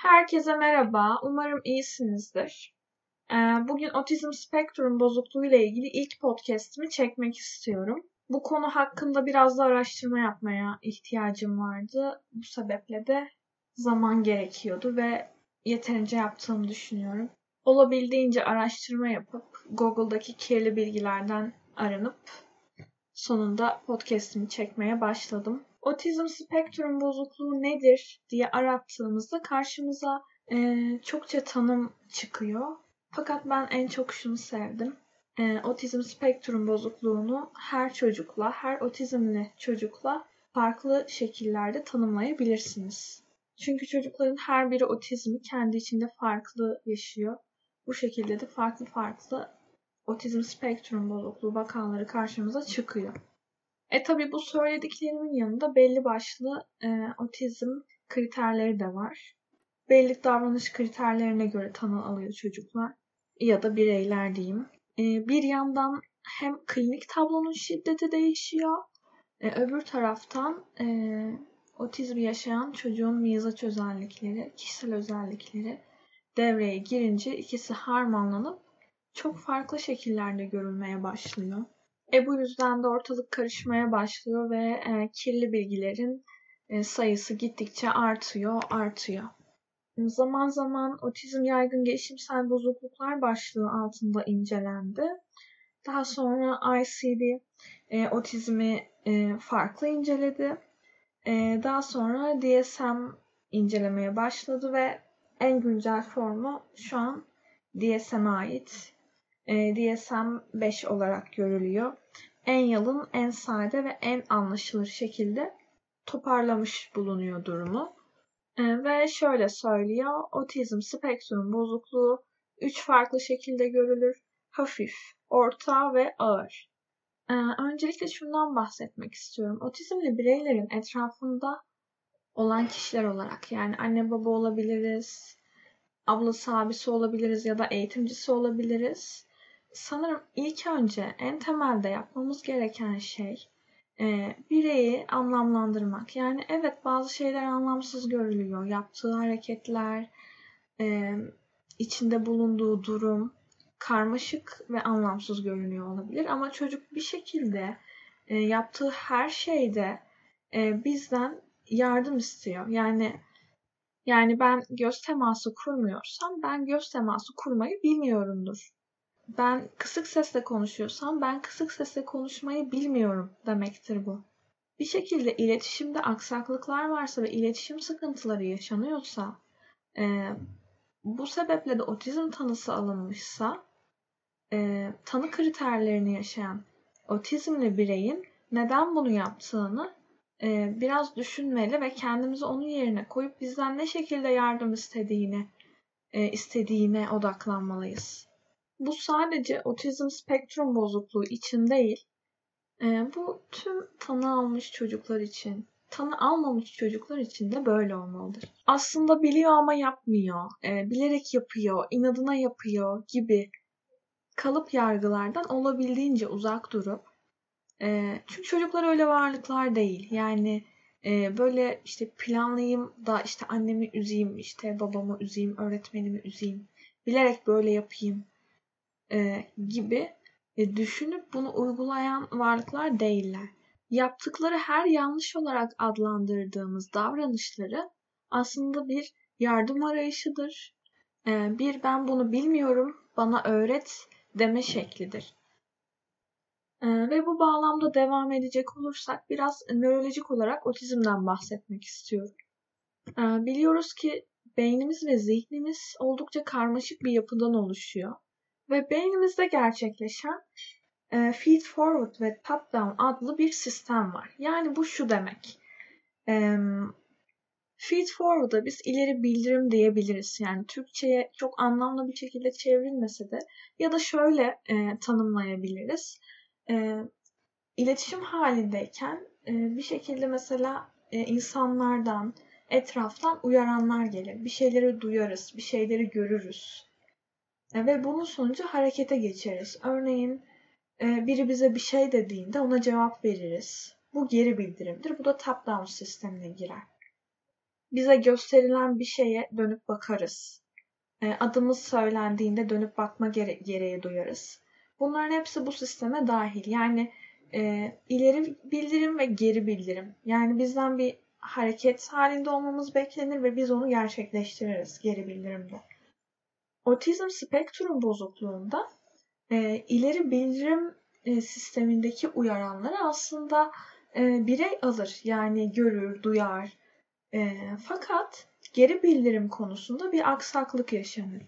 Herkese merhaba, umarım iyisinizdir. Bugün otizm spektrum bozukluğu ile ilgili ilk podcast'imi çekmek istiyorum. Bu konu hakkında biraz da araştırma yapmaya ihtiyacım vardı. Bu sebeple de zaman gerekiyordu ve yeterince yaptığımı düşünüyorum. Olabildiğince araştırma yapıp Google'daki kirli bilgilerden aranıp sonunda podcast'imi çekmeye başladım. Otizm spektrum bozukluğu nedir diye arattığımızda karşımıza çokça tanım çıkıyor. Fakat ben en çok şunu sevdim. Otizm spektrum bozukluğunu her çocukla, her otizmli çocukla farklı şekillerde tanımlayabilirsiniz. Çünkü çocukların her biri otizmi kendi içinde farklı yaşıyor. Bu şekilde de farklı otizm spektrum bozukluğu vakaları karşımıza çıkıyor. Tabii bu söylediklerimin yanında belli başlı otizm kriterleri de var. Belli davranış kriterlerine göre tanı alıyor çocuklar ya da bireyler diyeyim. Bir yandan hem klinik tablonun şiddeti değişiyor, öbür taraftan otizm yaşayan çocuğun mizaç özellikleri, kişisel özellikleri devreye girince ikisi harmanlanıp çok farklı şekillerde görülmeye başlıyor. Bu yüzden de ortalık karışmaya başlıyor ve kirli bilgilerin sayısı gittikçe artıyor. Zaman zaman otizm yaygın gelişimsel bozukluklar başlığı altında incelendi. Daha sonra ICD otizmi farklı inceledi. Daha sonra DSM incelemeye başladı ve en güncel formu şu an DSM'e ait. DSM-5 olarak görülüyor. En yalın, en sade ve en anlaşılır şekilde toparlamış bulunuyor durumu. Ve şöyle söylüyor, otizm spektrum bozukluğu 3 farklı şekilde görülür. Hafif, orta ve ağır. Öncelikle şundan bahsetmek istiyorum. Otizmli bireylerin etrafında olan kişiler olarak, yani anne baba olabiliriz, ablası abisi olabiliriz ya da eğitimcisi olabiliriz. Sanırım ilk önce en temelde yapmamız gereken şey bireyi anlamlandırmak. Yani evet, bazı şeyler anlamsız görülüyor. Yaptığı hareketler, e, içinde bulunduğu durum karmaşık ve anlamsız görünüyor olabilir. Ama çocuk bir şekilde yaptığı her şeyde bizden yardım istiyor. Yani ben göz teması kurmuyorsam ben göz teması kurmayı bilmiyorumdur. Ben kısık sesle konuşuyorsam ben kısık sesle konuşmayı bilmiyorum demektir bu. Bir şekilde iletişimde aksaklıklar varsa ve iletişim sıkıntıları yaşanıyorsa, bu sebeple de otizm tanısı alınmışsa, tanı kriterlerini yaşayan otizmli bireyin neden bunu yaptığını biraz düşünmeli ve kendimizi onun yerine koyup bizden ne şekilde yardım istediğine odaklanmalıyız. Bu sadece otizm spektrum bozukluğu için değil, bu tüm tanı almış çocuklar için, tanı almamış çocuklar için de böyle olmalıdır. Aslında biliyor ama yapmıyor, bilerek yapıyor, inadına yapıyor gibi kalıp yargılardan olabildiğince uzak durup, çünkü çocuklar öyle varlıklar değil. Yani böyle işte planlayayım da işte annemi üzeyim, işte babamı üzeyim, öğretmenimi üzeyim, bilerek böyle yapayım gibi düşünüp bunu uygulayan varlıklar değiller. Yaptıkları her yanlış olarak adlandırdığımız davranışları aslında bir yardım arayışıdır. Bir ben bunu bilmiyorum, bana öğret deme şeklidir. Ve bu bağlamda devam edecek olursak biraz nörolojik olarak otizmden bahsetmek istiyorum. Biliyoruz ki beynimiz ve zihnimiz oldukça karmaşık bir yapıdan oluşuyor. Ve beynimizde gerçekleşen feed forward ve top down adlı bir sistem var. Yani bu şu demek. Feed forward'a biz ileri bildirim diyebiliriz. Yani Türkçe'ye çok anlamlı bir şekilde çevrilmese de ya da şöyle tanımlayabiliriz. İletişim halindeyken bir şekilde mesela insanlardan, etraftan uyaranlar gelir. Bir şeyleri duyarız, bir şeyleri görürüz. Ve bunun sonucu harekete geçeriz. Örneğin biri bize bir şey dediğinde ona cevap veririz. Bu geri bildirimdir. Bu da top-down sistemine girer. Bize gösterilen bir şeye dönüp bakarız. Adımız söylendiğinde dönüp bakma gereği duyarız. Bunların hepsi bu sisteme dahil. Yani ileri bildirim ve geri bildirim. Yani bizden bir hareket halinde olmamız beklenir ve biz onu gerçekleştiririz geri bildirimde. Otizm spektrum bozukluğunda ileri bildirim sistemindeki uyaranları aslında birey alır. Yani görür, duyar. Fakat geri bildirim konusunda bir aksaklık yaşanır.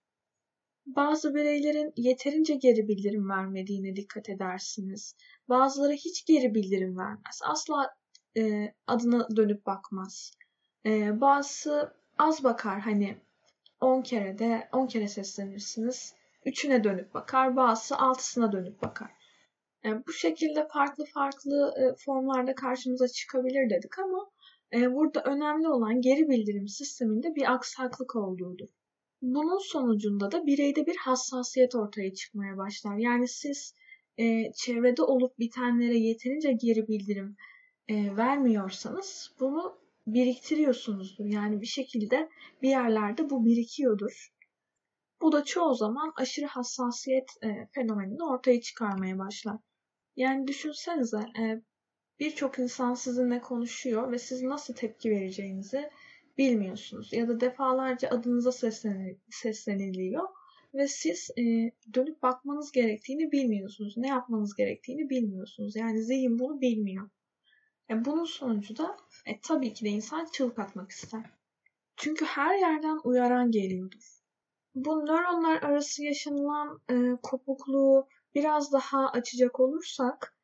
Bazı bireylerin yeterince geri bildirim vermediğine dikkat edersiniz. Bazıları hiç geri bildirim vermez. Asla adına dönüp bakmaz. Bazısı az bakar, hani 10 kere seslenirsiniz. 3'üne dönüp bakar. Bazısı 6'sına dönüp bakar. Bu şekilde farklı formlarda karşımıza çıkabilir dedik ama burada önemli olan geri bildirim sisteminde bir aksaklık olduğudur. Bunun sonucunda da bireyde bir hassasiyet ortaya çıkmaya başlar. Yani siz çevrede olup bitenlere yeterince geri bildirim vermiyorsanız bunu biriktiriyorsunuzdur. Yani bir şekilde bir yerlerde bu birikiyordur. Bu da çoğu zaman aşırı hassasiyet fenomenini ortaya çıkarmaya başlar. Yani düşünsenize, birçok insan sizinle konuşuyor ve siz nasıl tepki vereceğinizi bilmiyorsunuz. Ya da defalarca adınıza sesleniliyor ve siz dönüp bakmanız gerektiğini bilmiyorsunuz. Ne yapmanız gerektiğini bilmiyorsunuz. Yani zihin bunu bilmiyor. Bunun sonucu da tabii ki de insan çığlık atmak ister. Çünkü her yerden uyaran geliyordur. Bu nöronlar arası yaşanılan kopukluğu biraz daha açacak olursak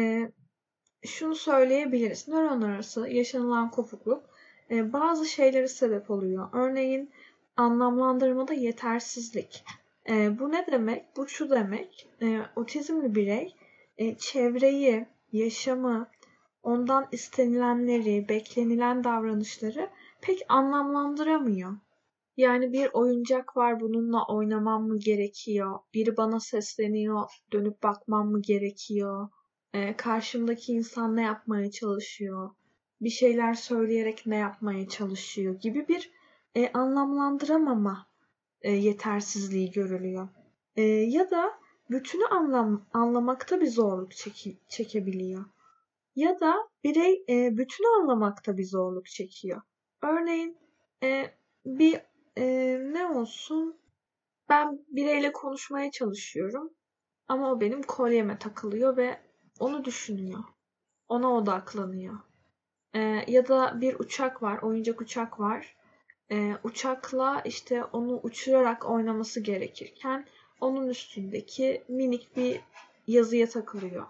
şunu söyleyebiliriz. Nöronlar arası yaşanılan kopukluk bazı şeylere sebep oluyor. Örneğin anlamlandırmada yetersizlik. Bu ne demek? Bu şu demek. Otizmli birey çevreyi, yaşamı, ondan istenilenleri, beklenilen davranışları pek anlamlandıramıyor. Yani bir oyuncak var, bununla oynamam mı gerekiyor? Biri bana sesleniyor, dönüp bakmam mı gerekiyor? Karşımdaki insan ne yapmaya çalışıyor? Bir şeyler söyleyerek ne yapmaya çalışıyor gibi bir anlamlandıramama yetersizliği görülüyor. Ya da bütünü anlamakta bir zorluk çekebiliyor. Ya da birey bütünü anlamakta bir zorluk çekiyor. Örneğin bir ne olsun, ben bireyle konuşmaya çalışıyorum ama o benim kolyeme takılıyor ve onu düşünüyor. Ona odaklanıyor. Ya da bir uçak var, oyuncak uçak var. Uçakla işte onu uçurarak oynaması gerekirken onun üstündeki minik bir yazıya takılıyor.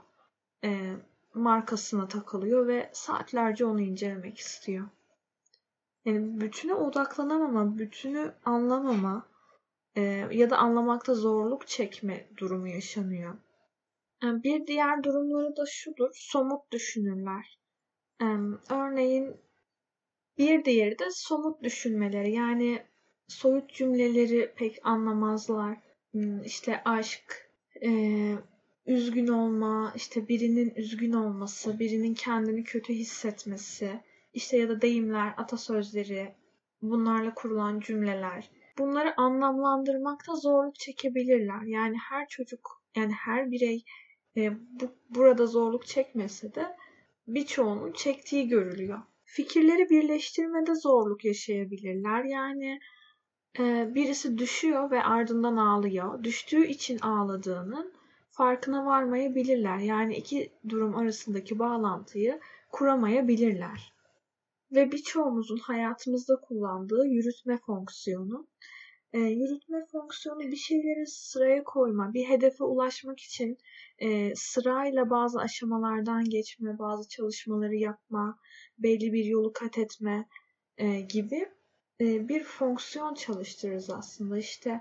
Markasına takılıyor ve saatlerce onu incelemek istiyor. Yani bütüne odaklanamama, bütünü anlamama ya da anlamakta zorluk çekme durumu yaşanıyor. Bir diğer durumları da şudur, somut düşünürler. Örneğin bir diğeri de somut düşünmeleri, yani soyut cümleleri pek anlamazlar. İşte aşk, üzgün olma, işte birinin üzgün olması, birinin kendini kötü hissetmesi, işte ya da deyimler, atasözleri, bunlarla kurulan cümleler. Bunları anlamlandırmakta zorluk çekebilirler. Yani her çocuk, yani her birey burada zorluk çekmese de birçoğunun çektiği görülüyor. Fikirleri birleştirmede zorluk yaşayabilirler. Yani birisi düşüyor ve ardından ağlıyor. Düştüğü için ağladığının farkına varmayabilirler. Yani iki durum arasındaki bağlantıyı kuramayabilirler. Ve birçoğumuzun hayatımızda kullandığı yürütme fonksiyonu. Yürütme fonksiyonu bir şeyleri sıraya koyma, bir hedefe ulaşmak için sırayla bazı aşamalardan geçme, bazı çalışmaları yapma, belli bir yolu kat etme gibi bir fonksiyon çalıştırırız aslında. İşte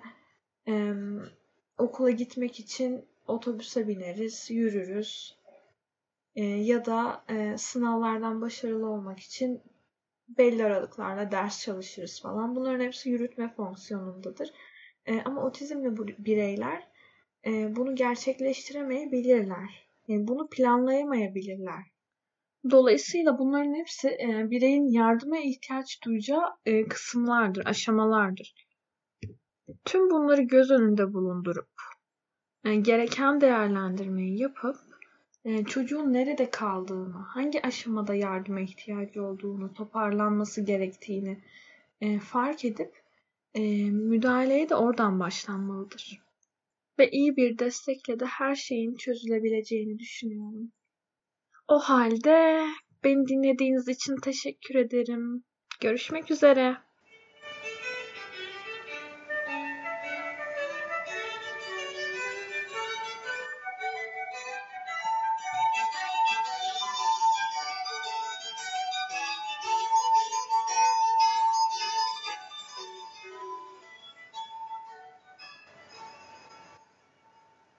okula gitmek için otobüse bineriz, yürürüz ya da sınavlardan başarılı olmak için belli aralıklarla ders çalışırız falan. Bunların hepsi yürütme fonksiyonundadır. Ama otizmli bireyler bunu gerçekleştiremeyebilirler. Yani bunu planlayamayabilirler. Dolayısıyla bunların hepsi bireyin yardıma ihtiyaç duyacağı kısımlardır, aşamalardır. Tüm bunları göz önünde bulundurup gereken değerlendirmeyi yapıp çocuğun nerede kaldığını, hangi aşamada yardıma ihtiyacı olduğunu, toparlanması gerektiğini fark edip müdahaleye de oradan başlanmalıdır. Ve iyi bir destekle de her şeyin çözülebileceğini düşünüyorum. O halde beni dinlediğiniz için teşekkür ederim. Görüşmek üzere.